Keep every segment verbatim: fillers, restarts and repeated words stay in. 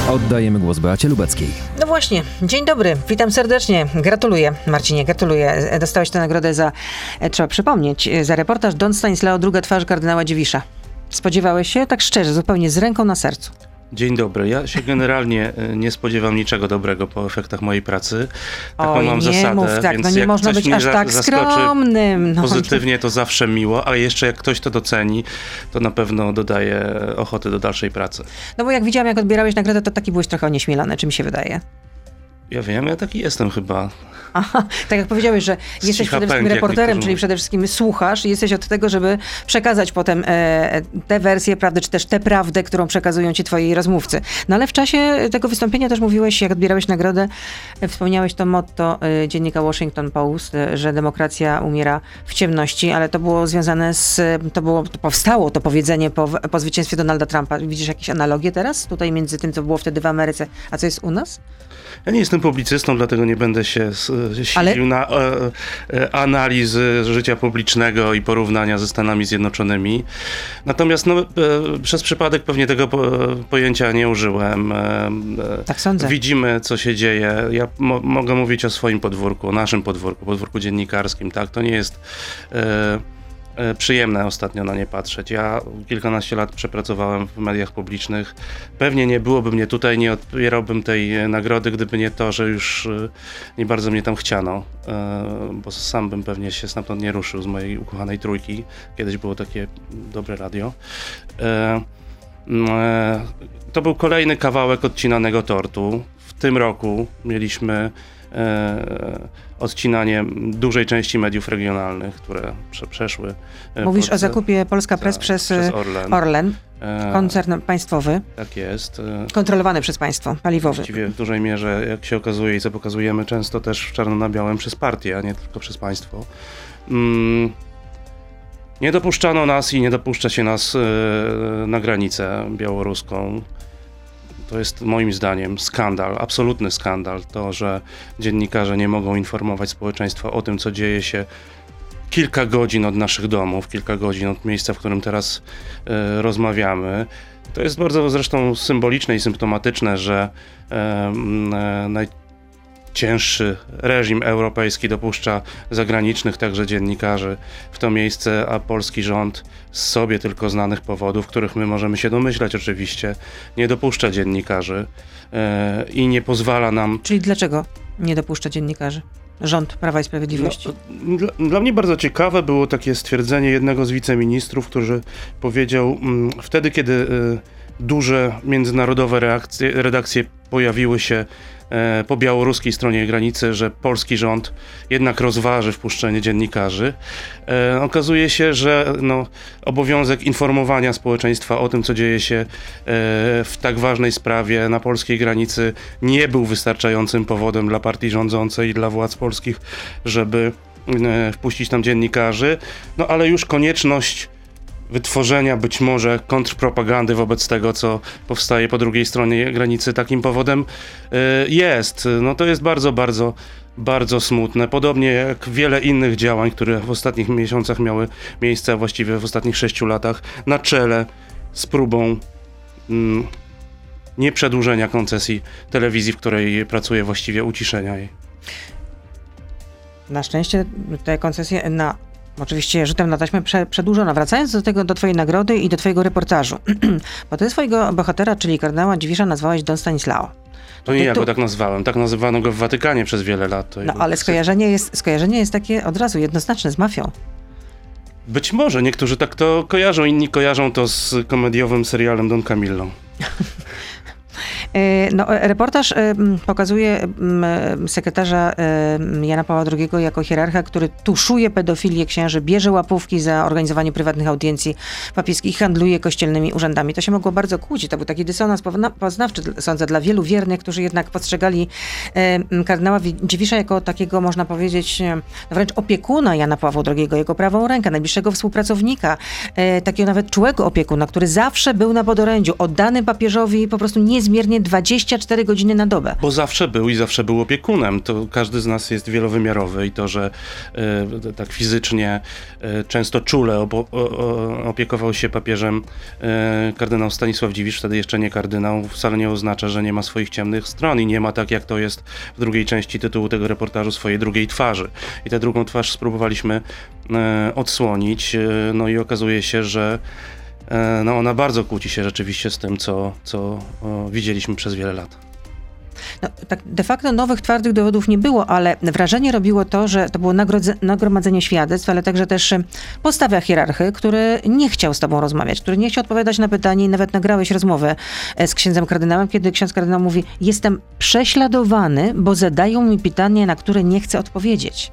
Oddajemy głos Beacie Lubeckiej. No właśnie, dzień dobry, witam serdecznie. Gratuluję, Marcinie, gratuluję. Dostałeś tę nagrodę za, trzeba przypomnieć, za reportaż Don Stanislao, druga twarz kardynała Dziwisza. Spodziewałeś się? Tak szczerze, zupełnie z ręką na sercu. Dzień dobry. Ja się generalnie nie spodziewam niczego dobrego po efektach mojej pracy. Taką Oj, mam nie zasadę, mów tak, więc no nie jak można ktoś być mnie aż tak skromnym. No. pozytywnie, to zawsze miło, ale jeszcze jak ktoś to doceni, to na pewno dodaje ochoty do dalszej pracy. No bo jak widziałam, jak odbierałeś nagrodę, to taki byłeś trochę onieśmielony, czy mi się wydaje? Ja wiem, ja taki jestem chyba. Aha, tak jak powiedziałeś, że Z jesteś przede wszystkim pęk, reporterem, czyli przede wszystkim słuchasz i jesteś od tego, żeby przekazać potem e, te wersje prawdy, czy też tę prawdę, którą przekazują ci twoi rozmówcy. No ale w czasie tego wystąpienia też mówiłeś, jak odbierałeś nagrodę, e, wspomniałeś to motto e, dziennika Washington Post, e, że demokracja umiera w ciemności, ale to było związane z, to było, to powstało to powiedzenie po, po zwycięstwie Donalda Trumpa. Widzisz jakieś analogie teraz tutaj między tym, co było wtedy w Ameryce, a co jest u nas? Ja nie jestem publicystą, dlatego nie będę się silił ale... na e, e, analizy życia publicznego i porównania ze Stanami Zjednoczonymi. Natomiast no, e, przez przypadek pewnie tego po, pojęcia nie użyłem. E, tak sądzę. Widzimy, co się dzieje. Ja mo, mogę mówić o swoim podwórku, o naszym podwórku, podwórku dziennikarskim. Tak? To nie jest e, przyjemne ostatnio na nie patrzeć. Ja kilkanaście lat przepracowałem w mediach publicznych. Pewnie nie byłoby mnie tutaj, nie odbierałbym tej nagrody, gdyby nie to, że już nie bardzo mnie tam chciano, bo sam bym pewnie się stamtąd nie ruszył z mojej ukochanej trójki. Kiedyś było takie dobre radio. To był kolejny kawałek odcinanego tortu. W tym roku mieliśmy odcinanie dużej części mediów regionalnych, które prze, przeszły. Mówisz pod, o zakupie Polska Press za, przez, przez Orlen. Orlen, koncern państwowy. Tak jest. Kontrolowany przez państwo, paliwowy. Właściwie w dużej mierze, jak się okazuje i co pokazujemy często też w czarno na białym przez partię, a nie tylko przez państwo. Mm, nie dopuszczano nas i nie dopuszcza się nas yy, na granicę białoruską. To jest moim zdaniem skandal, absolutny skandal, to, że dziennikarze nie mogą informować społeczeństwa o tym, co dzieje się kilka godzin od naszych domów, kilka godzin od miejsca, w którym teraz e, rozmawiamy. To jest bardzo zresztą symboliczne i symptomatyczne, że e, e, najcięższy reżim europejski dopuszcza zagranicznych także dziennikarzy w to miejsce, a polski rząd z sobie tylko znanych powodów, których my możemy się domyślać oczywiście, nie dopuszcza dziennikarzy e, i nie pozwala nam... Czyli dlaczego nie dopuszcza dziennikarzy? Rząd Prawa i Sprawiedliwości. No, dla, dla mnie bardzo ciekawe było takie stwierdzenie jednego z wiceministrów, który powiedział m, wtedy, kiedy y, duże międzynarodowe reakcje, redakcje pojawiły się e, po białoruskiej stronie granicy, że polski rząd jednak rozważy wpuszczenie dziennikarzy. E, okazuje się, że no, obowiązek informowania społeczeństwa o tym, co dzieje się e, w tak ważnej sprawie na polskiej granicy nie był wystarczającym powodem dla partii rządzącej i dla władz polskich, żeby e, wpuścić tam dziennikarzy. No ale już konieczność wytworzenia być może kontrpropagandy wobec tego, co powstaje po drugiej stronie granicy, takim powodem y, jest. No to jest bardzo, bardzo, bardzo smutne. Podobnie jak wiele innych działań, które w ostatnich miesiącach miały miejsce, a właściwie w ostatnich sześciu latach, na czele z próbą mm, nieprzedłużenia koncesji telewizji, w której pracuje, właściwie uciszenia jej. Na szczęście te koncesje na oczywiście rzutem na taśmę prze, przedłużona. Wracając do tego, do twojej nagrody i do twojego reportażu. Bo ty swojego bohatera, czyli kardynała Dziwisza, nazwałeś Don Stanislao. To nie ja go tak nazwałem. Tak nazywano go w Watykanie przez wiele lat. To no ale skojarzenie jest, skojarzenie jest takie od razu jednoznaczne z mafią. Być może. Niektórzy tak to kojarzą, inni kojarzą to z komediowym serialem Don Camillo. No, reportaż pokazuje sekretarza Jana Pawła drugiego jako hierarcha, który tuszuje pedofilię księży, bierze łapówki za organizowanie prywatnych audiencji papieskich i handluje kościelnymi urzędami. To się mogło bardzo kłócić. To był taki dysonans poznawczy, sądzę, dla wielu wiernych, którzy jednak postrzegali kardynała Dziwisza jako takiego, można powiedzieć, wręcz opiekuna Jana Pawła drugiego, jego prawą rękę, najbliższego współpracownika, takiego nawet czułego opiekuna, który zawsze był na podorędziu, oddany papieżowi po prostu niezmiernie dwadzieścia cztery godziny na dobę. Bo zawsze był i zawsze był opiekunem. To każdy z nas jest wielowymiarowy i to, że e, tak fizycznie, e, często czule opo, o, o, opiekował się papieżem e, kardynał Stanisław Dziwisz, wtedy jeszcze nie kardynał, wcale nie oznacza, że nie ma swoich ciemnych stron i nie ma, tak jak to jest w drugiej części tytułu tego reportażu, swojej drugiej twarzy. I tę drugą twarz spróbowaliśmy e, odsłonić, e, no i okazuje się, że e, no ona bardzo kłóci się rzeczywiście z tym, co, co o, widzieliśmy przez wiele lat. No, tak de facto nowych twardych dowodów nie było, ale wrażenie robiło to, że to było nagrodze- nagromadzenie świadectw, ale także też postawa hierarchy, który nie chciał z tobą rozmawiać, który nie chciał odpowiadać na pytanie i nawet nagrałeś rozmowę z księdzem kardynałem, kiedy ksiądz kardynał mówi: jestem prześladowany, bo zadają mi pytanie, na które nie chcę odpowiedzieć.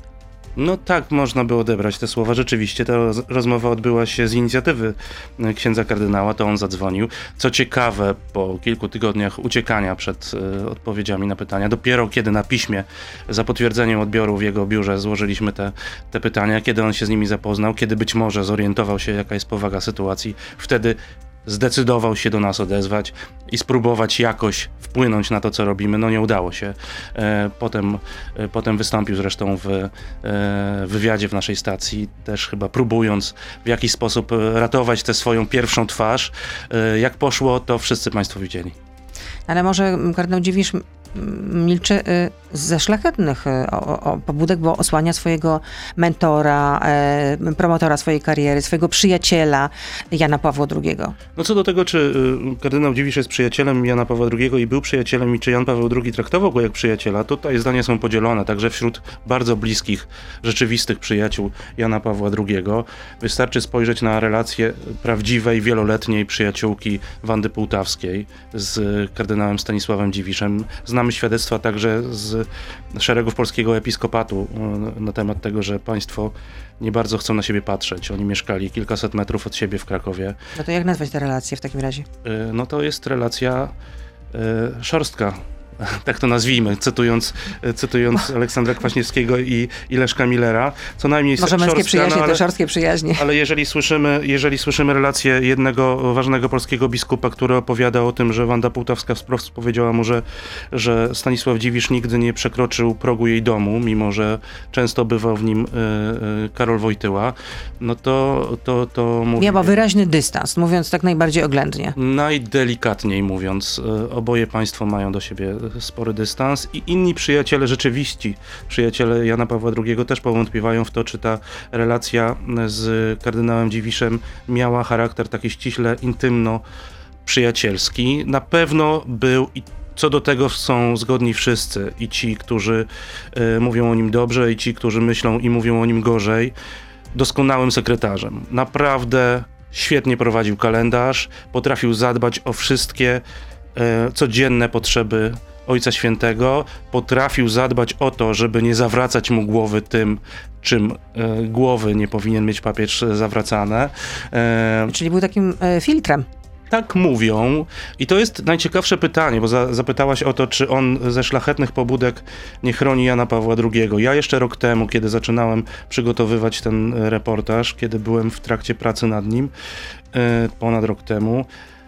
No tak można by odebrać te słowa. Rzeczywiście ta roz- rozmowa odbyła się z inicjatywy e, księdza kardynała, to on zadzwonił. Co ciekawe, po kilku tygodniach uciekania przed e, odpowiedziami na pytania, dopiero kiedy na piśmie za potwierdzeniem odbioru w jego biurze złożyliśmy te, te pytania, kiedy on się z nimi zapoznał, kiedy być może zorientował się, jaka jest powaga sytuacji, wtedy zdecydował się do nas odezwać i spróbować jakoś wpłynąć na to, co robimy. No nie udało się. E, potem, e, potem wystąpił zresztą w e, wywiadzie w naszej stacji, też chyba próbując w jakiś sposób ratować tę swoją pierwszą twarz. E, jak poszło, to wszyscy państwo widzieli. Ale może kardynał Dziwisz milczy ze szlachetnych o, o, pobudek, bo osłania swojego mentora, e, promotora swojej kariery, swojego przyjaciela Jana Pawła drugiego. No co do tego, czy y, kardynał Dziwisz jest przyjacielem Jana Pawła drugiego i był przyjacielem i czy Jan Paweł drugi traktował go jak przyjaciela, tutaj zdania są podzielone, także wśród bardzo bliskich, rzeczywistych przyjaciół Jana Pawła drugiego. Wystarczy spojrzeć na relacje prawdziwej, wieloletniej przyjaciółki Wandy Pułtawskiej z kardynałem Stanisławem Dziwiszem. Znamy świadectwa także z szeregów polskiego episkopatu na temat tego, że państwo nie bardzo chcą na siebie patrzeć. Oni mieszkali kilkaset metrów od siebie w Krakowie. No to jak nazwać te relacje w takim razie? No to jest relacja y, szorstka. Tak to nazwijmy, cytując, cytując Aleksandra Kwaśniewskiego i, i Leszka Millera. Co najmniej może męskie szorstka, przyjaźnie, no, ale, te szorstkie przyjaźnie. Ale jeżeli słyszymy, jeżeli słyszymy relację jednego ważnego polskiego biskupa, który opowiada o tym, że Wanda Pułtawska wprost powiedziała mu, że, że Stanisław Dziwisz nigdy nie przekroczył progu jej domu, mimo że często bywał w nim y, y, Karol Wojtyła, no to, to, to mówi... Miała wyraźny dystans, mówiąc tak najbardziej oględnie. Najdelikatniej mówiąc, y, oboje państwo mają do siebie spory dystans i inni przyjaciele, rzeczywiści przyjaciele Jana Pawła drugiego też powątpiewają w to, czy ta relacja z kardynałem Dziwiszem miała charakter taki ściśle intymno-przyjacielski. Na pewno był i co do tego są zgodni wszyscy, i ci, którzy y, mówią o nim dobrze, i ci, którzy myślą i mówią o nim gorzej, doskonałym sekretarzem. Naprawdę świetnie prowadził kalendarz, potrafił zadbać o wszystkie y, codzienne potrzeby Ojca Świętego, potrafił zadbać o to, żeby nie zawracać mu głowy tym, czym e, głowy nie powinien mieć papież zawracane. E, Czyli był takim e, filtrem. Tak mówią. I to jest najciekawsze pytanie, bo za, zapytałaś o to, czy on ze szlachetnych pobudek nie chroni Jana Pawła drugiego. Ja jeszcze rok temu, kiedy zaczynałem przygotowywać ten reportaż, kiedy byłem w trakcie pracy nad nim, e, ponad rok temu,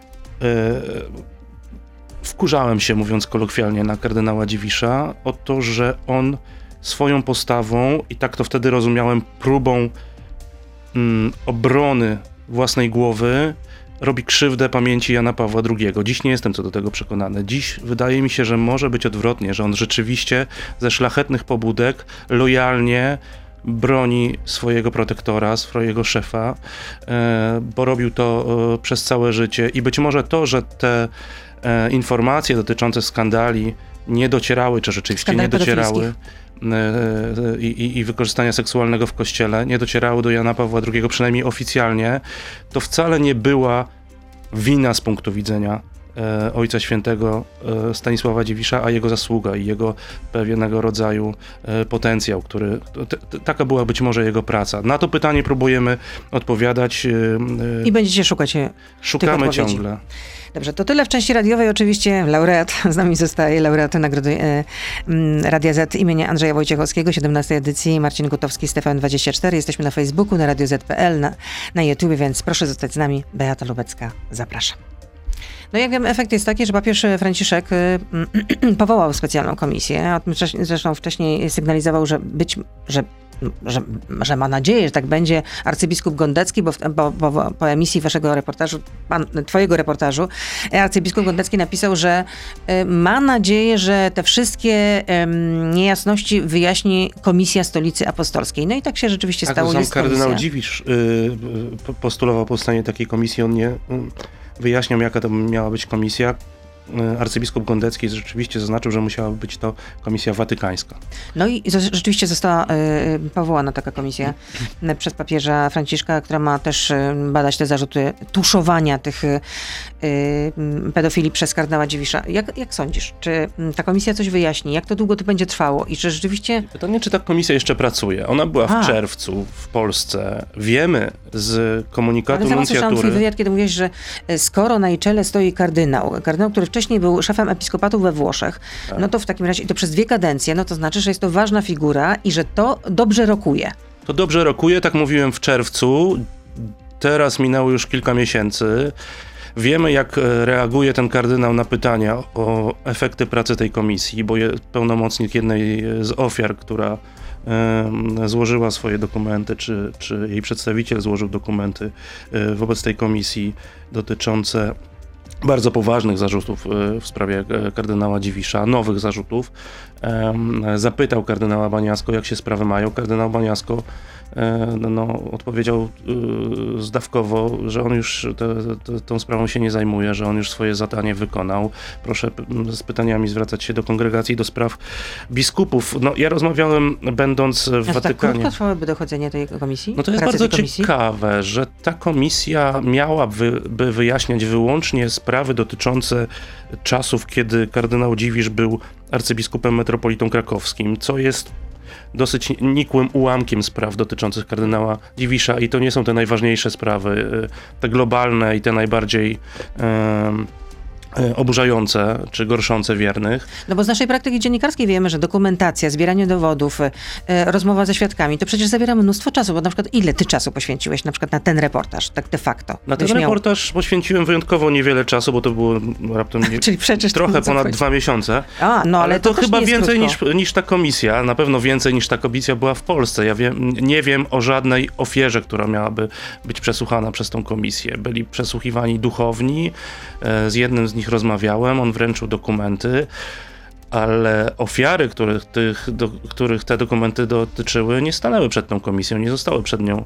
e, wkurzałem się, mówiąc kolokwialnie, na kardynała Dziwisza o to, że on swoją postawą, i tak to wtedy rozumiałem, próbą mm, obrony własnej głowy, robi krzywdę pamięci Jana Pawła drugiego. Dziś nie jestem co do tego przekonany. Dziś wydaje mi się, że może być odwrotnie, że on rzeczywiście ze szlachetnych pobudek lojalnie broni swojego protektora, swojego szefa, e, bo robił to e, przez całe życie i być może to, że te e, informacje dotyczące skandali nie docierały, czy rzeczywiście Skandal nie docierały i, i, i wykorzystania seksualnego w kościele, nie docierały do Jana Pawła drugiego, przynajmniej oficjalnie, to wcale nie była wina z punktu widzenia e, Ojca Świętego e, Stanisława Dziwisza, a jego zasługa i jego pewnego rodzaju e, potencjał, który, t, t, taka była być może jego praca. Na to pytanie próbujemy odpowiadać. E, I będziecie szukać e, Szukamy ciągle. Dobrze, to tyle w części radiowej. Oczywiście laureat z nami zostaje, laureat Nagrody e, Radia Z imienia Andrzeja Wojciechowskiego, siedemnastej edycji, Marcin Gutowski, Stefan dwadzieścia cztery. Jesteśmy na Facebooku, na radio zet kropka pe el, na, na YouTube, więc proszę zostać z nami. Beata Lubecka, zapraszam. No jak wiem, efekt jest taki, że papież Franciszek y, powołał specjalną komisję. O tym zresztą wcześniej sygnalizował, że być, że Że, że ma nadzieję, że tak będzie arcybiskup Gondecki, bo, w, bo, bo po emisji waszego reportażu, pan, twojego reportażu, arcybiskup Gondecki napisał, że y, ma nadzieję, że te wszystkie y, niejasności wyjaśni Komisja Stolicy Apostolskiej. No i tak się rzeczywiście tak, stało. Sam jest kardynał komisja. Dziwisz y, postulował powstanie takiej komisji. On nie y, wyjaśniał, jaka to miała być komisja. Arcybiskup Gondecki rzeczywiście zaznaczył, że musiała być to komisja watykańska. No i z- rzeczywiście została y, powołana taka komisja y, przez papieża Franciszka, która ma też y, badać te zarzuty tuszowania tych y, y, pedofilii przez kardynała Dziwisza. Jak, jak sądzisz? Czy y, ta komisja coś wyjaśni? Jak to długo to będzie trwało? I czy rzeczywiście... Pytanie, czy ta komisja jeszcze pracuje? Ona była w A. czerwcu w Polsce. Wiemy z komunikatu Ale sama słyszałam twój nuncjatury... wywiad, kiedy mówiłeś, że y, skoro na jej czele stoi kardynał, kardynał, który wcześniej był szefem episkopatu we Włoszech, Tak. no to w takim razie, i to przez dwie kadencje, no to znaczy, że jest to ważna figura i że to dobrze rokuje. To dobrze rokuje, tak mówiłem w czerwcu. Teraz minęło już kilka miesięcy. Wiemy, jak reaguje ten kardynał na pytania o efekty pracy tej komisji, bo je, pełnomocnik jednej z ofiar, która e, złożyła swoje dokumenty, czy, czy jej przedstawiciel złożył dokumenty e, wobec tej komisji dotyczące bardzo poważnych zarzutów e, w sprawie e, kardynała Dziwisza, nowych zarzutów. E, zapytał kardynała Baniasko, jak się sprawy mają. Kardynał Baniasko no, no, odpowiedział y, zdawkowo, że on już te, te, tą sprawą się nie zajmuje, że on już swoje zadanie wykonał. Proszę p- z pytaniami zwracać się do kongregacji do spraw biskupów. No, ja rozmawiałem, będąc w Aż tak Watykanie. krótko trwałyby dochodzenie tej komisji? No to jest Pracy bardzo tej komisji? ciekawe, że ta komisja miałaby by wyjaśniać wyłącznie sprawy dotyczące czasów, kiedy kardynał Dziwisz był arcybiskupem metropolitą krakowskim, co jest dosyć nikłym ułamkiem spraw dotyczących kardynała Dziwisza i to nie są te najważniejsze sprawy, te globalne i te najbardziej um, oburzające czy gorszące wiernych. No bo z naszej praktyki dziennikarskiej wiemy, że dokumentacja, zbieranie dowodów, e, rozmowa ze świadkami, to przecież zabiera mnóstwo czasu, bo na przykład ile ty czasu poświęciłeś na przykład na ten reportaż, tak de facto? Na ten Byś miał- reportaż poświęciłem wyjątkowo niewiele czasu, bo to było raptem nie, Czyli przeczysz trochę temu, co ponad chodzi. dwa miesiące. A, no ale, Ale to, też chyba nie jest więcej niż, krótko. niż ta komisja, na pewno więcej niż ta komisja była w Polsce. Ja wiem, nie wiem o żadnej ofierze, która miałaby być przesłuchana przez tą komisję. Byli przesłuchiwani duchowni, e, z jednym z nich rozmawiałem, on wręczył dokumenty, ale ofiary, których, tych, do, których te dokumenty dotyczyły, nie stanęły przed tą komisją, nie zostały przed nią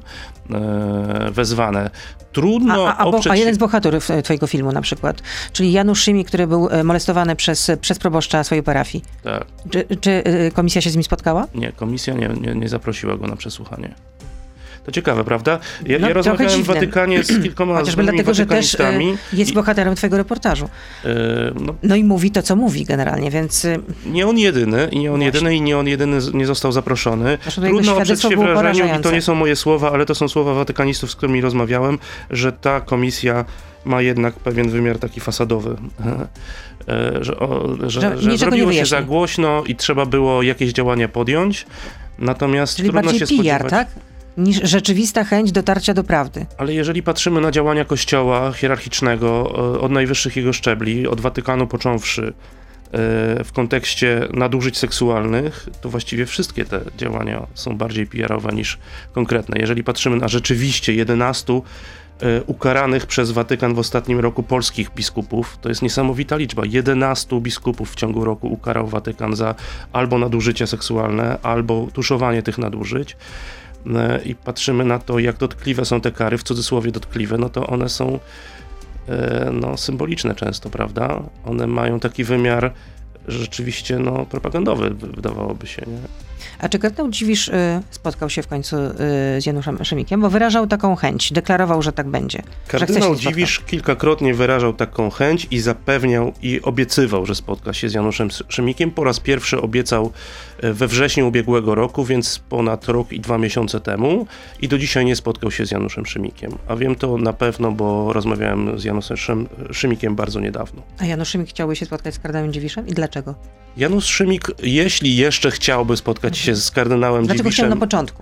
e, wezwane. Trudno A, a, a, bo, oprzeć a się... jeden z bohaterów e, twojego filmu na przykład, czyli Janusz Szymi, który był e, molestowany przez, przez proboszcza swojej parafii. Tak. Czy, czy e, komisja się z nim spotkała? Nie, komisja nie, nie, nie zaprosiła go na przesłuchanie. To ciekawe, prawda? Ja, No, ja trochę rozmawiałem w dziwne. Watykanie z kilkoma Chociażby znanymi dlatego, że też e, watykanistami. jest i, bohaterem twojego reportażu. e, no, No i mówi to, co mówi generalnie, więc e, nie on jedyny, i nie on Właśnie. jedyny, i nie on jedyny z- nie został zaproszony. Zresztą jego Trudno oprzeć świadectwo się było wrażeniu, i to porażające. nie są moje słowa, ale to są słowa watykanistów, z którymi rozmawiałem, że ta komisja ma jednak pewien wymiar taki fasadowy. E, że o, że, Że że niczego nie zrobiło się wyjaśni. za głośno i trzeba było jakieś działania podjąć. Natomiast czyli trudno bardziej się P R, spodziewać. tak? Niż rzeczywista chęć dotarcia do prawdy. Ale jeżeli patrzymy na działania Kościoła hierarchicznego e, od najwyższych jego szczebli, od Watykanu począwszy, e, w kontekście nadużyć seksualnych, to właściwie wszystkie te działania są bardziej P R-owe niż konkretne. Jeżeli patrzymy na rzeczywiście jedenastu e, ukaranych przez Watykan w ostatnim roku polskich biskupów, to jest niesamowita liczba. jedenastu biskupów w ciągu roku ukarał Watykan za albo nadużycia seksualne, albo tuszowanie tych nadużyć. I patrzymy na to, jak dotkliwe są te kary, w cudzysłowie dotkliwe, no to one są e, no, symboliczne często, prawda? One mają taki wymiar rzeczywiście no, propagandowy, wydawałoby się, nie? A czy kardynał Dziwisz y, spotkał się w końcu y, z Januszem Szymikiem? Bo wyrażał taką chęć, deklarował, że tak będzie. że chce się Kardynał spotkać. Dziwisz kilkakrotnie wyrażał taką chęć i zapewniał i obiecywał, że spotka się z Januszem Szymikiem. Po raz pierwszy obiecał we wrześniu ubiegłego roku, więc ponad rok i dwa miesiące temu, i do dzisiaj nie spotkał się z Januszem Szymikiem. A wiem to na pewno, bo rozmawiałem z Januszem Szym- Szymikiem bardzo niedawno. A Janusz Szymik chciałby się spotkać z kardynałem Dziwiszem? I dlaczego? Janusz Szymik, jeśli jeszcze chciałby spotkać się z kardynałem Dlaczego chciał Dziwiszem, na początku?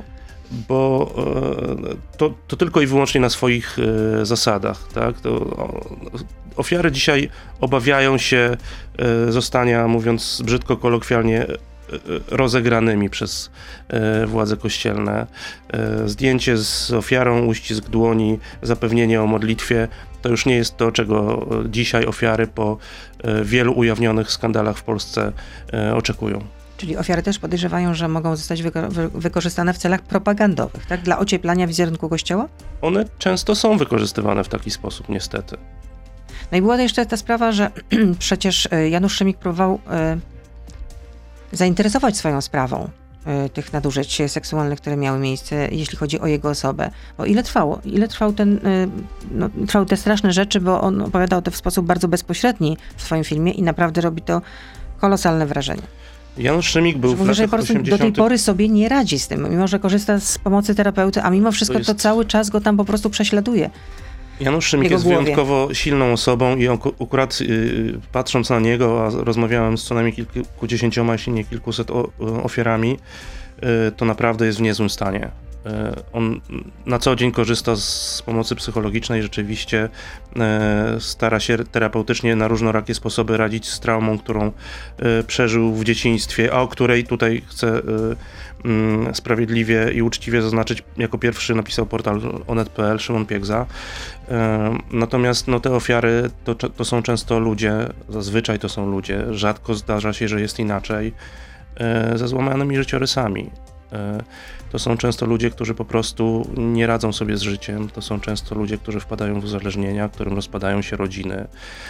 bo e, to, to tylko i wyłącznie na swoich e, zasadach, tak? To, o, ofiary dzisiaj obawiają się e, zostania, mówiąc brzydko, kolokwialnie, rozegranymi przez e, władze kościelne. E, zdjęcie z ofiarą, uścisk dłoni, zapewnienie o modlitwie, to już nie jest to, czego dzisiaj ofiary po e, wielu ujawnionych skandalach w Polsce e, oczekują. Czyli ofiary też podejrzewają, że mogą zostać wyko- wy- wykorzystane w celach propagandowych, tak? Dla ocieplania wizerunku Kościoła? One często są wykorzystywane w taki sposób, niestety. No i była to jeszcze ta sprawa, że przecież Janusz Szymik próbował e, zainteresować swoją sprawą e, tych nadużyć seksualnych, które miały miejsce, jeśli chodzi o jego osobę. Bo ile trwało? Ile trwał ten, e, no, trwały te straszne rzeczy, bo on opowiadał to w sposób bardzo bezpośredni w swoim filmie i naprawdę robi to kolosalne wrażenie. Janusz Szymik był w Mówi, że latach po prostu do tej osiemdziesiątych pory sobie nie radzi z tym, mimo że korzysta z pomocy terapeuty, a mimo wszystko to, jest- to cały czas go tam po prostu prześladuje. Janusz Szymik jego jest głowie. wyjątkowo silną osobą i aku- akurat yy, patrząc na niego, a rozmawiałem z co najmniej kilkudziesięcioma, jeśli nie kilkuset o, ofiarami, yy, to naprawdę jest w niezłym stanie. Yy, on na co dzień korzysta z pomocy psychologicznej, rzeczywiście yy, stara się terapeutycznie na różnorakie sposoby radzić z traumą, którą yy, przeżył w dzieciństwie, a o której tutaj chcę yy, yy, sprawiedliwie i uczciwie zaznaczyć, jako pierwszy napisał portal onet kropka pe el Szymon Piegza. Natomiast no, te ofiary to, to są często ludzie, zazwyczaj to są ludzie, rzadko zdarza się, że jest inaczej, ze złamanymi życiorysami. To są często ludzie, którzy po prostu nie radzą sobie z życiem, to są często ludzie, którzy wpadają w uzależnienia, którym rozpadają się rodziny.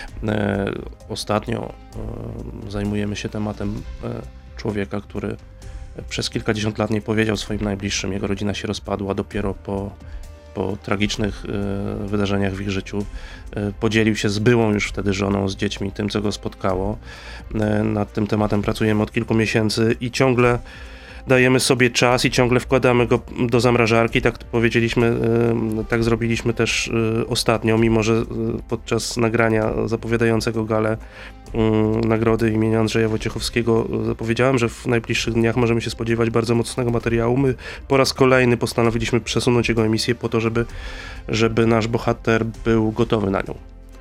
Ostatnio zajmujemy się tematem człowieka, który przez kilkadziesiąt lat nie powiedział swoim najbliższym, jego rodzina się rozpadła dopiero po po tragicznych y, wydarzeniach w ich życiu. Y, podzielił się z byłą już wtedy żoną, z dziećmi, tym, co go spotkało. Y, nad tym tematem pracujemy od kilku miesięcy i ciągle dajemy sobie czas i ciągle wkładamy go do zamrażarki. Tak powiedzieliśmy, y, tak zrobiliśmy też y, ostatnio, mimo że y, podczas nagrania zapowiadającego galę y, nagrody imienia Andrzeja Wojciechowskiego zapowiedziałem, że w najbliższych dniach możemy się spodziewać bardzo mocnego materiału. My po raz kolejny postanowiliśmy przesunąć jego emisję po to, żeby, żeby nasz bohater był gotowy na nią.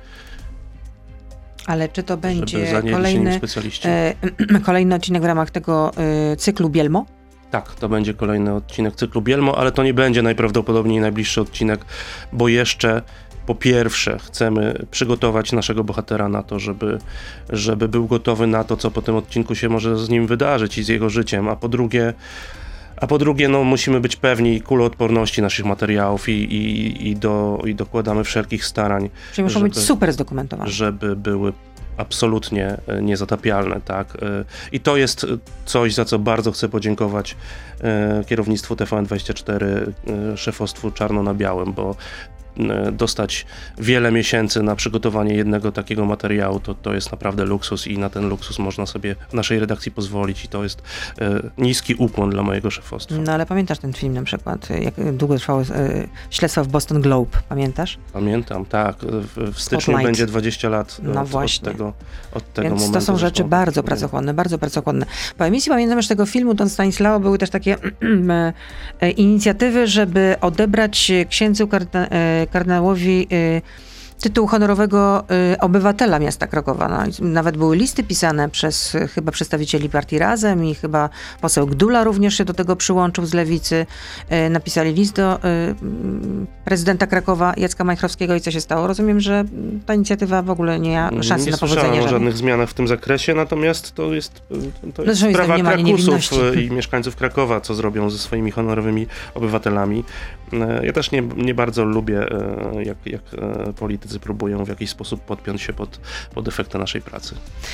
Ale czy to będzie Żeby zanieść kolejny, nim specjaliści. e, kolejny odcinek w ramach tego e, cyklu Bielmo? Tak, to będzie kolejny odcinek cyklu Bielmo, ale to nie będzie najprawdopodobniej najbliższy odcinek, bo jeszcze po pierwsze chcemy przygotować naszego bohatera na to, żeby, żeby był gotowy na to, co po tym odcinku się może z nim wydarzyć i z jego życiem, a po drugie A po drugie, no, musimy być pewni kuloodporności naszych materiałów i, i, i, do, i dokładamy wszelkich starań, Czyli muszą żeby, być super zdokumentowane. żeby były absolutnie niezatapialne, tak. I to jest coś, za co bardzo chcę podziękować kierownictwu T V N dwadzieścia cztery, szefostwu czarno na białym, bo dostać wiele miesięcy na przygotowanie jednego takiego materiału, to, to jest naprawdę luksus i na ten luksus można sobie w naszej redakcji pozwolić i to jest e, niski ukłon dla mojego szefostwa. No ale pamiętasz ten film na przykład, jak długo trwało e, śledztwo w Boston Globe, pamiętasz? Pamiętam, tak. W, w styczniu Spotlight. będzie dwadzieścia lat No od, właśnie. od tego, od tego Więc momentu. to są rzeczy zresztą. bardzo pracochłonne, bardzo pracochłonne. Po emisji pamiętam już tego filmu Don Stanislao były też takie e, inicjatywy, żeby odebrać księdzu kardyna, e, kardynałowi e, tytuł honorowego y, obywatela miasta Krakowa. No, nawet były listy pisane przez y, chyba przedstawicieli partii Razem i chyba poseł Gdula również się do tego przyłączył z Lewicy. Y, napisali list do y, y, prezydenta Krakowa Jacka Majchrowskiego i co się stało? Rozumiem, że ta inicjatywa w ogóle nie ma szansy nie na słyszałem powodzenie o żadnych. żadnych zmianach w tym zakresie, natomiast to jest, to jest Zresztą sprawa mniemanie Krakusów niewinności. i mieszkańców Krakowa, co zrobią ze swoimi honorowymi obywatelami. Ja też nie, nie bardzo lubię, jak, jak politycy próbują w jakiś sposób podpiąć się pod, pod efekty naszej pracy.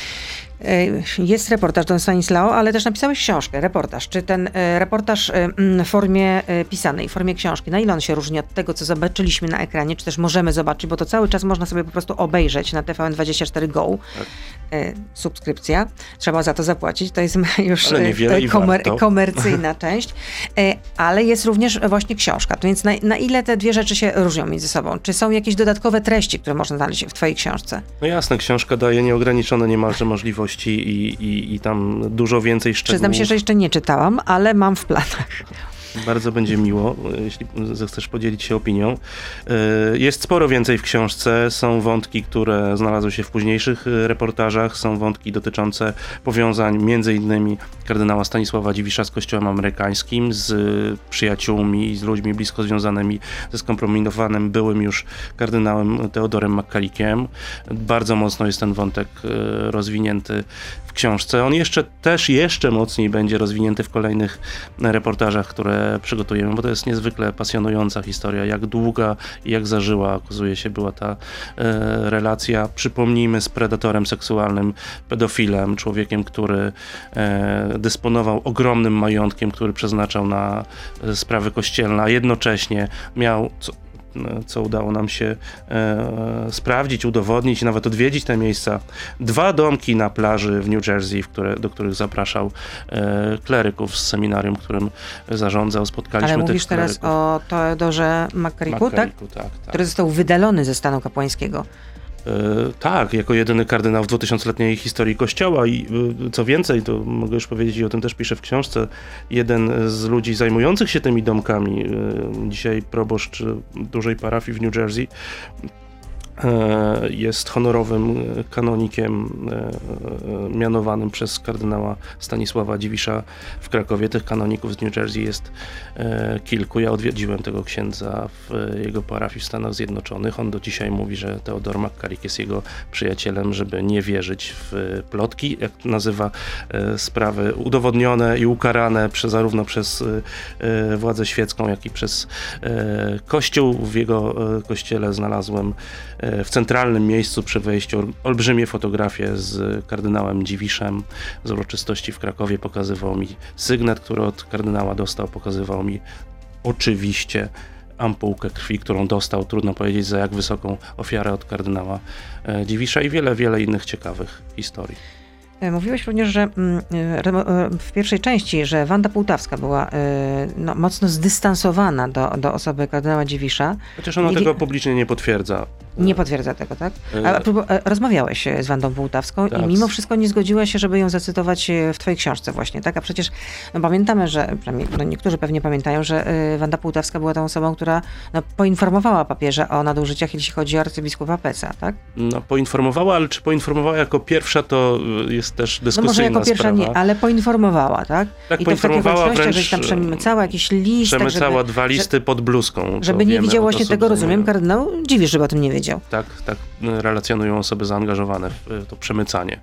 Jest reportaż Don Stanislao, ale też napisałeś książkę, reportaż. Czy ten reportaż w formie pisanej, w formie książki, na ile on się różni od tego, co zobaczyliśmy na ekranie, czy też możemy zobaczyć, bo to cały czas można sobie po prostu obejrzeć na T V N dwadzieścia cztery Go. Tak. Subskrypcja. Trzeba za to zapłacić. To jest już komer- komercyjna część. Ale jest również właśnie książka. To więc na, na ile te dwie rzeczy się różnią między sobą? Czy są jakieś dodatkowe treści, które można znaleźć w twojej książce? No jasne, książka daje nieograniczone niemalże możliwości i, i, i tam dużo więcej szczegółów. Przyznam się, że jeszcze nie czytałam, ale mam w planach. Bardzo będzie miło, jeśli zechcesz podzielić się opinią. Jest sporo więcej w książce. Są wątki, które znalazły się w późniejszych reportażach. Są wątki dotyczące powiązań między innymi kardynała Stanisława Dziwisza z Kościołem amerykańskim, z przyjaciółmi i z ludźmi blisko związanymi ze skompromitowanym byłym już kardynałem Theodorem McCallickiem. Bardzo mocno jest ten wątek rozwinięty w książce. On jeszcze też jeszcze mocniej będzie rozwinięty w kolejnych reportażach, które przygotujemy, bo to jest niezwykle pasjonująca historia. Jak długa i jak zażyła, okazuje się, była ta e, relacja. Przypomnijmy, z predatorem seksualnym, pedofilem, człowiekiem, który e, dysponował ogromnym majątkiem, który przeznaczał na e, sprawy kościelne, a jednocześnie miał... Co, co udało nam się e, sprawdzić, udowodnić, nawet odwiedzić te miejsca. Dwa domki na plaży w New Jersey, w które, do których zapraszał e, kleryków z seminarium, którym zarządzał. Spotkaliśmy Ale tych mówisz teraz kleryków. o Theodorze McCallicku, tak? McCallicku, tak, tak. Który został wydalony ze stanu kapłańskiego. E, tak, jako jedyny kardynał w dwutysięcioletniej historii Kościoła i e, co więcej, to mogę już powiedzieć i o tym też piszę w książce, jeden z ludzi zajmujących się tymi domkami, e, dzisiaj proboszcz dużej parafii w New Jersey, jest honorowym kanonikiem mianowanym przez kardynała Stanisława Dziwisza w Krakowie. Tych kanoników z New Jersey jest kilku. Ja odwiedziłem tego księdza w jego parafii w Stanach Zjednoczonych. On do dzisiaj mówi, że Theodor McCallick jest jego przyjacielem, żeby nie wierzyć w plotki, jak nazywa sprawy udowodnione i ukarane przez, zarówno przez władzę świecką, jak i przez Kościół. W jego kościele znalazłem w centralnym miejscu przy wejściu olbrzymie fotografie z kardynałem Dziwiszem z uroczystości w Krakowie. Pokazywał mi sygnet, który od kardynała dostał, pokazywał mi oczywiście ampułkę krwi, którą dostał, trudno powiedzieć za jak wysoką ofiarę od kardynała Dziwisza i wiele, wiele innych ciekawych historii. Mówiłeś również, że w pierwszej części, że Wanda Pułtawska była no, mocno zdystansowana do, do osoby kardynała Dziwisza. Chociaż ona nie, tego publicznie nie potwierdza. Nie potwierdza tego, tak? A, rozmawiałeś z Wandą Pułtawską tak. I mimo wszystko nie zgodziła się, żeby ją zacytować w twojej książce właśnie, tak? A przecież no, pamiętamy, że no, niektórzy pewnie pamiętają, że Wanda Pułtawska była tą osobą, która no, poinformowała papieża o nadużyciach, jeśli chodzi o arcybiskupa Peca, tak? No poinformowała, ale czy poinformowała jako pierwsza, to jest też dyskusyjna sprawa. No może jako pierwsza sprawa. Nie, ale poinformowała, tak? Tak, i to poinformowała, w takich okolicznościach, wręcz że tam przemycała jakiś list. Przemycała żeby, dwa listy pod bluzką. Żeby nie widział właśnie tego, rozumiem, kardynał Dziwisz, żeby o tym nie wiedział. Tak, tak relacjonują osoby zaangażowane w to przemycanie.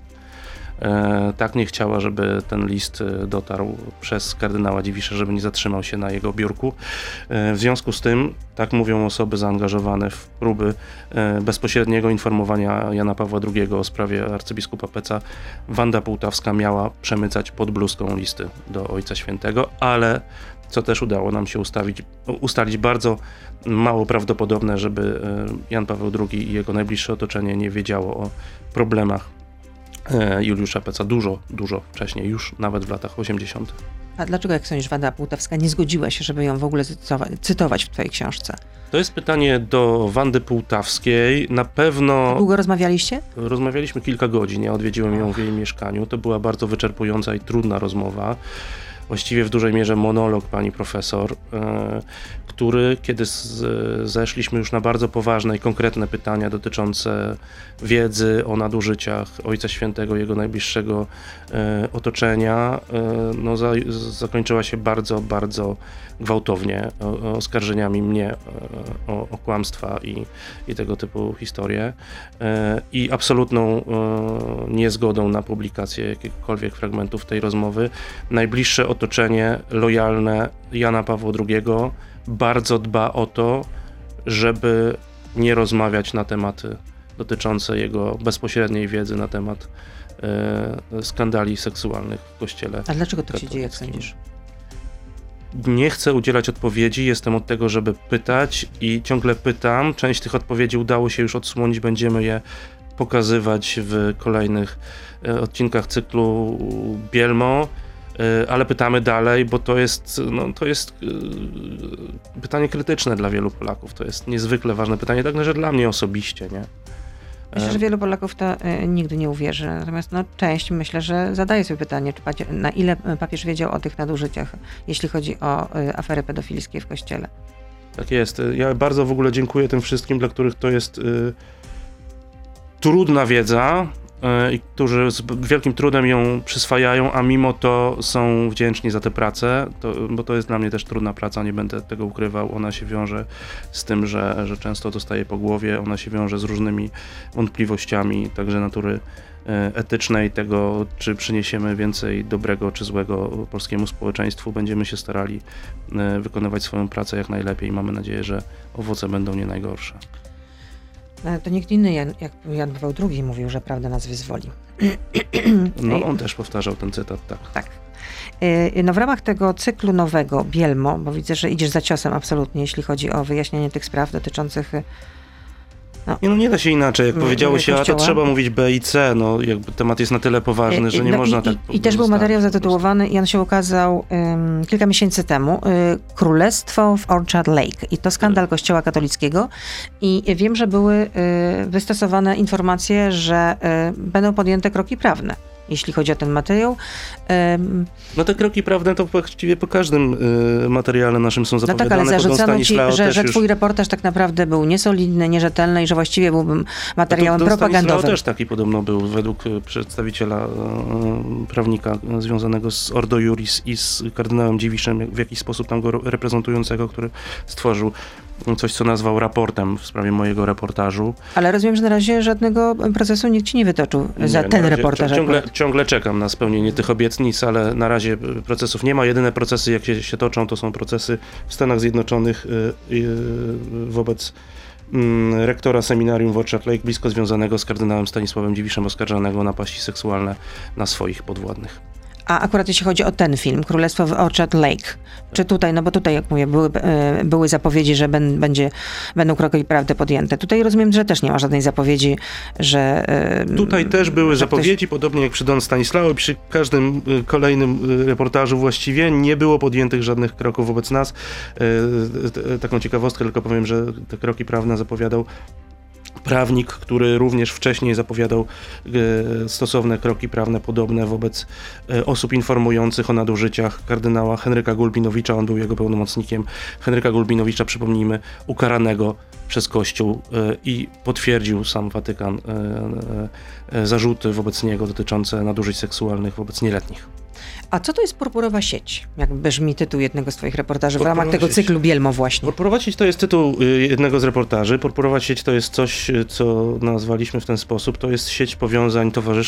E, tak nie chciała, żeby ten list dotarł przez kardynała Dziwisza, żeby nie zatrzymał się na jego biurku. E, w związku z tym, tak mówią osoby zaangażowane w próby e, bezpośredniego informowania Jana Pawła drugiego o sprawie arcybiskupa Peca, Wanda Pułtawska miała przemycać pod bluzką listy do Ojca Świętego, ale co też udało nam się ustawić, ustalić bardzo mało prawdopodobne, żeby Jan Paweł drugi i jego najbliższe otoczenie nie wiedziało o problemach Juliusza Peca dużo, dużo wcześniej, już nawet w latach osiemdziesiątych. A dlaczego, jak sądzisz, Wanda Pułtawska nie zgodziła się, żeby ją w ogóle cytować w twojej książce? To jest pytanie do Wandy Pułtawskiej. Na pewno... Długo rozmawialiście? Rozmawialiśmy kilka godzin. Ja odwiedziłem ją w jej mieszkaniu. To była bardzo wyczerpująca i trudna rozmowa. Właściwie w dużej mierze monolog pani profesor, e, który, kiedy z, zeszliśmy już na bardzo poważne i konkretne pytania dotyczące wiedzy o nadużyciach Ojca Świętego, jego najbliższego e, otoczenia, e, no za, zakończyła się bardzo, bardzo gwałtownie o, oskarżeniami mnie o, o kłamstwa i, i tego typu historie e, i absolutną e, niezgodą na publikację jakichkolwiek fragmentów tej rozmowy. Najbliższe otoczenie lojalne Jana Pawła drugiego bardzo dba o to, żeby nie rozmawiać na tematy dotyczące jego bezpośredniej wiedzy na temat e, skandali seksualnych w Kościele. A dlaczego to się dzieje, jak sądzisz? Nie chcę udzielać odpowiedzi, jestem od tego, żeby pytać i ciągle pytam. Część tych odpowiedzi udało się już odsłonić, będziemy je pokazywać w kolejnych e, odcinkach cyklu Bielmo. Ale pytamy dalej, bo to jest, no, to jest pytanie krytyczne dla wielu Polaków. To jest niezwykle ważne pytanie, także dla mnie osobiście, nie? Myślę, że wielu Polaków to y, nigdy nie uwierzy. Natomiast no, część myślę, że zadaje sobie pytanie, czy papier, na ile papież wiedział o tych nadużyciach, jeśli chodzi o y, afery pedofilskie w Kościele. Tak jest. Ja bardzo w ogóle dziękuję tym wszystkim, dla których to jest y, trudna wiedza y, i którzy z wielkim trudem ją przyswajają, a mimo to są wdzięczni za tę pracę, to, bo to jest dla mnie też trudna praca, nie będę tego ukrywał. Ona się wiąże z tym, że, że często dostaję po głowie, ona się wiąże z różnymi wątpliwościami, także natury etycznej, tego, czy przyniesiemy więcej dobrego czy złego polskiemu społeczeństwu. Będziemy się starali wykonywać swoją pracę jak najlepiej i mamy nadzieję, że owoce będą nie najgorsze. To nikt inny, Jan, jak Jan Paweł drugi mówił, że prawda nas wyzwoli. No on też powtarzał ten cytat, tak. Tak. No w ramach tego cyklu nowego Bielmo, bo widzę, że idziesz za ciosem absolutnie, jeśli chodzi o wyjaśnienie tych spraw dotyczących No. Nie, no nie da się inaczej, jak powiedziało się, a to trzeba mówić B i C, no jakby temat jest na tyle poważny, że nie no można i, tak... I, i też był materiał zatytułowany, i on się ukazał um, kilka miesięcy temu, y, Królestwo w Orchard Lake. I to skandal Kościoła katolickiego. I wiem, że były y, wystosowane informacje, że y, będą podjęte kroki prawne, jeśli chodzi o ten materiał. Um, no te kroki prawne to właściwie po każdym y, materiale naszym są zapowiadane. No tak, ale zarzucano ci, że, że już... twój reportaż tak naprawdę był niesolidny, nierzetelny i że właściwie byłbym materiałem no to, to propagandowym. też taki podobno był, według przedstawiciela y, prawnika związanego z Ordo Iuris i z kardynałem Dziwiszem, w jakiś sposób tam go reprezentującego, który stworzył coś, co nazwał raportem w sprawie mojego reportażu. Ale rozumiem, że na razie żadnego procesu nikt ci nie wytoczył nie, za ten reportaż. Ciągle, ciągle czekam na spełnienie tych obietnic, ale na razie procesów nie ma. Jedyne procesy, jakie się toczą, to są procesy w Stanach Zjednoczonych yy, yy, wobec yy, rektora seminarium w Orchard Lake, blisko związanego z kardynałem Stanisławem Dziwiszem, oskarżanego o napaści seksualne na swoich podwładnych. A akurat jeśli chodzi o ten film, Królestwo w Orchard Lake, czy tutaj, no bo tutaj, jak mówię, były, y, były zapowiedzi, że ben, będzie, będą kroki prawdy podjęte. Tutaj rozumiem, że też nie ma żadnej zapowiedzi, że... Y, tutaj też były zapowiedzi, ktoś... podobnie jak przy Don Stanisławie, przy każdym y, kolejnym y, reportażu właściwie nie było podjętych żadnych kroków wobec nas. Y, y, taką ciekawostkę tylko powiem, że te kroki prawne zapowiadał prawnik, który również wcześniej zapowiadał e, stosowne kroki prawne podobne wobec e, osób informujących o nadużyciach kardynała Henryka Gulbinowicza. On był jego pełnomocnikiem. Henryka Gulbinowicza, przypomnijmy, ukaranego przez Kościół e, i potwierdził sam Watykan e, e, zarzuty wobec niego dotyczące nadużyć seksualnych wobec nieletnich. A co to jest purpurowa sieć? Jak brzmi tytuł jednego z twoich reportaży w ramach tego cyklu Bielmo właśnie. Purpurowa sieć to jest tytuł jednego z reportaży. Purpurowa sieć to jest coś, co nazwaliśmy w ten sposób. To jest sieć powiązań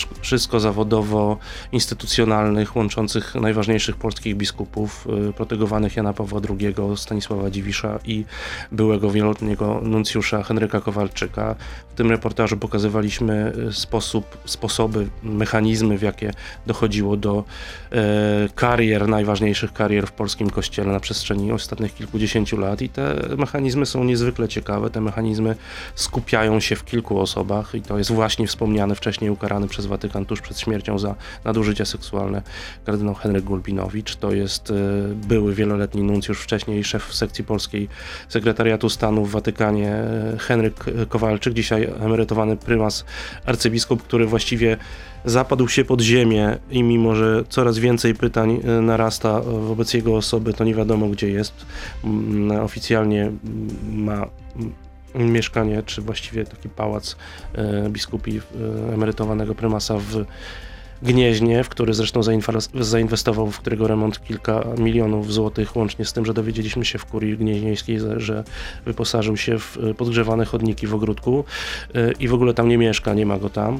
towarzysko-zawodowo-instytucjonalnych, łączących najważniejszych polskich biskupów, protegowanych Jana Pawła drugiego, Stanisława Dziwisza i byłego wieloletniego nuncjusza Henryka Kowalczyka. W tym reportażu pokazywaliśmy sposób, sposoby, mechanizmy, w jakie dochodziło do e, karier, najważniejszych karier w polskim kościele na przestrzeni ostatnich kilkudziesięciu lat i te mechanizmy są niezwykle ciekawe. Te mechanizmy skupiają się w kilku osobach i to jest właśnie wspomniany wcześniej ukarany przez Watykan tuż przed śmiercią za nadużycia seksualne kardynał Henryk Gulbinowicz. To jest e, były wieloletni nuncjusz, wcześniej szef sekcji polskiej Sekretariatu Stanu w Watykanie Henryk Kowalczyk, dzisiaj emerytowany prymas arcybiskup, który właściwie zapadł się pod ziemię i mimo, że coraz więcej pytań narasta wobec jego osoby, to nie wiadomo gdzie jest. Oficjalnie ma mieszkanie, czy właściwie taki pałac biskupi emerytowanego prymasa w Gnieźnie, w który zresztą zainwestował, w którego remont kilka milionów złotych, łącznie z tym, że dowiedzieliśmy się w kurii gnieźnieńskiej, że wyposażył się w podgrzewane chodniki w ogródku i w ogóle tam nie mieszka, nie ma go tam.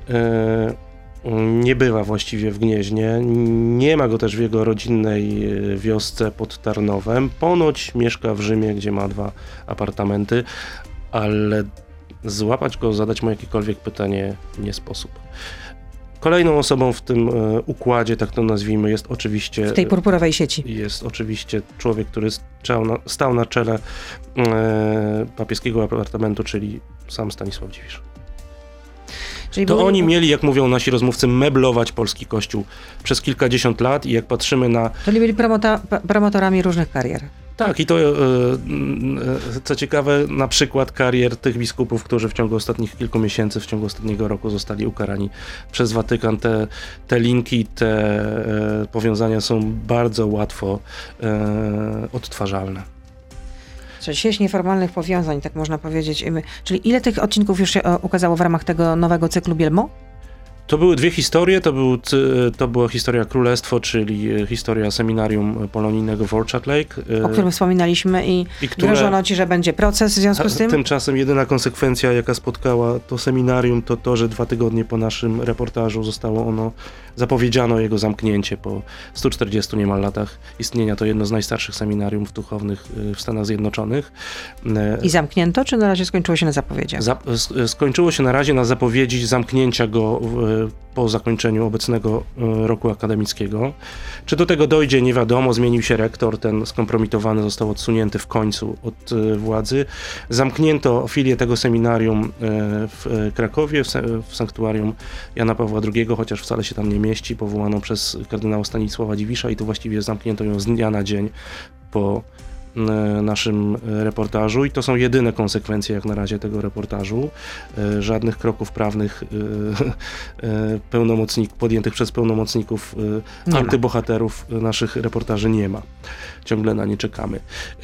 Nie bywa właściwie w Gnieźnie, nie ma go też w jego rodzinnej wiosce pod Tarnowem. Ponoć mieszka w Rzymie, gdzie ma dwa apartamenty, ale złapać go, zadać mu jakiekolwiek pytanie nie sposób. Kolejną osobą w tym e, układzie, tak to nazwijmy, jest oczywiście... W tej purpurowej sieci. Jest oczywiście człowiek, który stał na, stał na czele e, papieskiego apartamentu, czyli sam Stanisław Dziwisz. Czyli to były... oni mieli, jak mówią nasi rozmówcy, meblować polski kościół przez kilkadziesiąt lat i jak patrzymy na... Czyli byli promota, promotorami różnych karier. Tak, i to e, co ciekawe, na przykład karier tych biskupów, którzy w ciągu ostatnich kilku miesięcy, w ciągu ostatniego roku zostali ukarani przez Watykan. Te, te linki, te e, powiązania są bardzo łatwo e, odtwarzalne. Czyli sieć nieformalnych powiązań, tak można powiedzieć. Czyli ile tych odcinków już się ukazało w ramach tego nowego cyklu Bielmo? To były dwie historie, to, był, to była historia Królestwo, czyli historia seminarium polonijnego w Orchard Lake. O którym wspominaliśmy i, i które, grożono ci, że będzie proces w związku z tym? Tymczasem jedyna konsekwencja, jaka spotkała to seminarium, to to, że dwa tygodnie po naszym reportażu zostało ono, zapowiedziano jego zamknięcie po stu czterdziestu niemal latach istnienia. To jedno z najstarszych seminariów duchownych w Stanach Zjednoczonych. I zamknięto, czy na razie skończyło się na zapowiedziach? Za, skończyło się na razie na zapowiedzi zamknięcia go w, po zakończeniu obecnego roku akademickiego. Czy do tego dojdzie, nie wiadomo. Zmienił się rektor, ten skompromitowany został odsunięty w końcu od władzy. Zamknięto filię tego seminarium w Krakowie, w sanktuarium Jana Pawła drugiego, chociaż wcale się tam nie mieści, powołano przez kardynała Stanisława Dziwisza i to właściwie zamknięto ją z dnia na dzień po naszym reportażu i to są jedyne konsekwencje jak na razie tego reportażu. Żadnych kroków prawnych pełnomocnik, podjętych przez pełnomocników nie antybohaterów ma. Naszych reportaży nie ma. Ciągle na nie czekamy.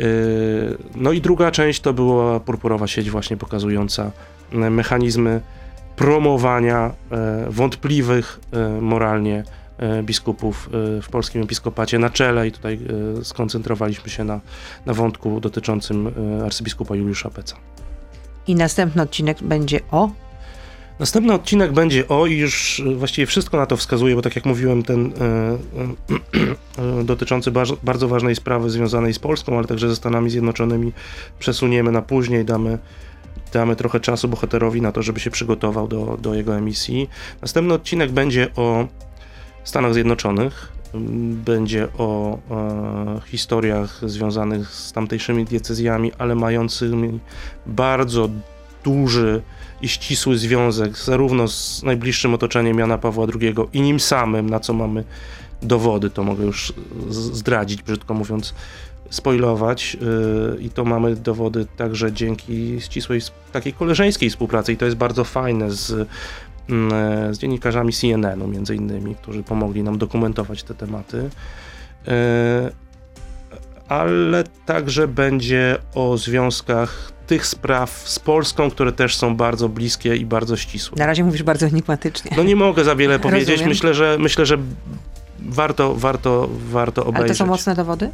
No i druga część to była purpurowa sieć właśnie pokazująca mechanizmy promowania wątpliwych moralnie biskupów w polskim episkopacie na czele i tutaj skoncentrowaliśmy się na, na wątku dotyczącym arcybiskupa Juliusza Peca. I następny odcinek będzie o? Następny odcinek będzie o i już właściwie wszystko na to wskazuje, bo tak jak mówiłem, ten e, e, dotyczący bardzo, bardzo ważnej sprawy związanej z Polską, ale także ze Stanami Zjednoczonymi przesuniemy na później, damy Damy trochę czasu bohaterowi na to, żeby się przygotował do, do jego emisji. Następny odcinek będzie o Stanach Zjednoczonych. Będzie o e, historiach związanych z tamtejszymi diecezjami, ale mającymi bardzo duży i ścisły związek zarówno z najbliższym otoczeniem Jana Pawła drugiego i nim samym, na co mamy dowody, to mogę już zdradzić, brzydko mówiąc, spoilować yy, i to mamy dowody także dzięki ścisłej, takiej koleżeńskiej współpracy i to jest bardzo fajne z, yy, z dziennikarzami C N N u między innymi, którzy pomogli nam dokumentować te tematy. Yy, ale także będzie o związkach tych spraw z Polską, które też są bardzo bliskie i bardzo ścisłe. Na razie mówisz bardzo enigmatycznie. No nie mogę za wiele powiedzieć. Rozumiem. Myślę, że myślę, że warto, warto, warto obejrzeć. Ale to są mocne dowody?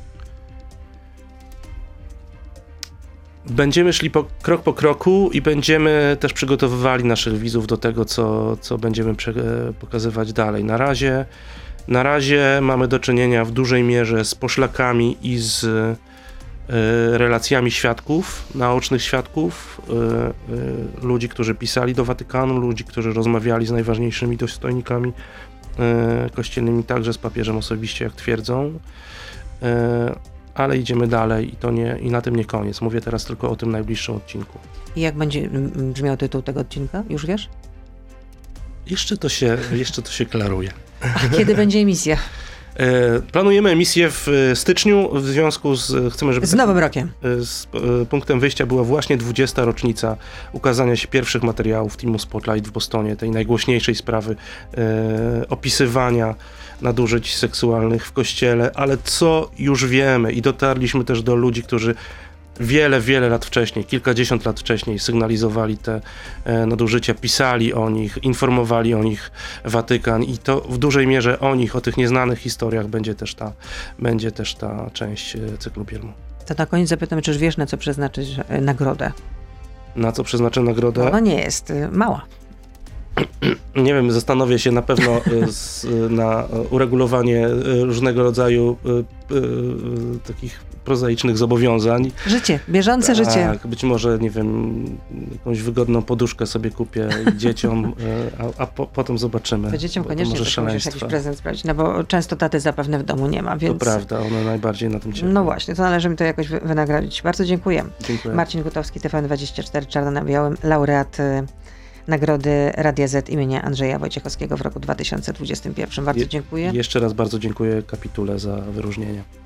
Będziemy szli po, krok po kroku i będziemy też przygotowywali naszych widzów do tego, co, co będziemy prze, pokazywać dalej. Na razie, na razie mamy do czynienia w dużej mierze z poszlakami i z y, relacjami świadków, naocznych świadków, y, y, ludzi, którzy pisali do Watykanu, ludzi, którzy rozmawiali z najważniejszymi dostojnikami y, kościelnymi, także z papieżem osobiście, jak twierdzą. Y, ale idziemy dalej i to nie, i na tym nie koniec. Mówię teraz tylko o tym najbliższym odcinku. I jak będzie brzmiał tytuł tego odcinka? Już wiesz? Jeszcze to się, jeszcze to się klaruje. A kiedy będzie emisja? E, planujemy emisję w styczniu, w związku z... Chcemy, żeby z Nowym Rokiem. Z e, punktem wyjścia była właśnie dwudziesta rocznica ukazania się pierwszych materiałów Teamu Spotlight w Bostonie, tej najgłośniejszej sprawy e, opisywania nadużyć seksualnych w kościele, ale co już wiemy i dotarliśmy też do ludzi, którzy wiele, wiele lat wcześniej, kilkadziesiąt lat wcześniej sygnalizowali te e, nadużycia, pisali o nich, informowali o nich Watykan i to w dużej mierze o nich, o tych nieznanych historiach będzie też ta, będzie też ta część e, cyklu Bielmo. To na koniec zapytam, czy już wiesz, na co przeznaczyć e, nagrodę? Na co przeznaczę nagrodę? Ona nie jest e, mała. Nie wiem, zastanowię się na pewno z, na uregulowanie różnego rodzaju y, y, y, takich prozaicznych zobowiązań. Życie, bieżące tak, życie. Tak, być może, nie wiem, jakąś wygodną poduszkę sobie kupię dzieciom, y, a, a po, potem zobaczymy. To dzieciom to koniecznie może też musisz jakiś szaleństwo. prezent sprawić, no bo często taty zapewne w domu nie ma, więc... To prawda, one najbardziej na tym cierpią. No właśnie, to należy mi to jakoś wy- wynagrodzić. Bardzo dziękuję. Dziękuję. Marcin Gutowski, T V N dwadzieścia cztery, Czarno na Białym, laureat y, Nagrody Radia Z imienia Andrzeja Wojciechowskiego w roku dwa tysiące dwudziestym pierwszym. Bardzo Je, dziękuję. Jeszcze raz bardzo dziękuję kapitule za wyróżnienie.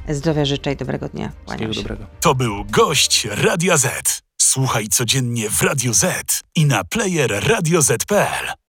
Zdrowia życzę i dobrego dnia. Kłaniam Wszystkiego się. dobrego. To był gość Radia Z. Słuchaj codziennie w Radio Z i na player radio zet kropka pe el.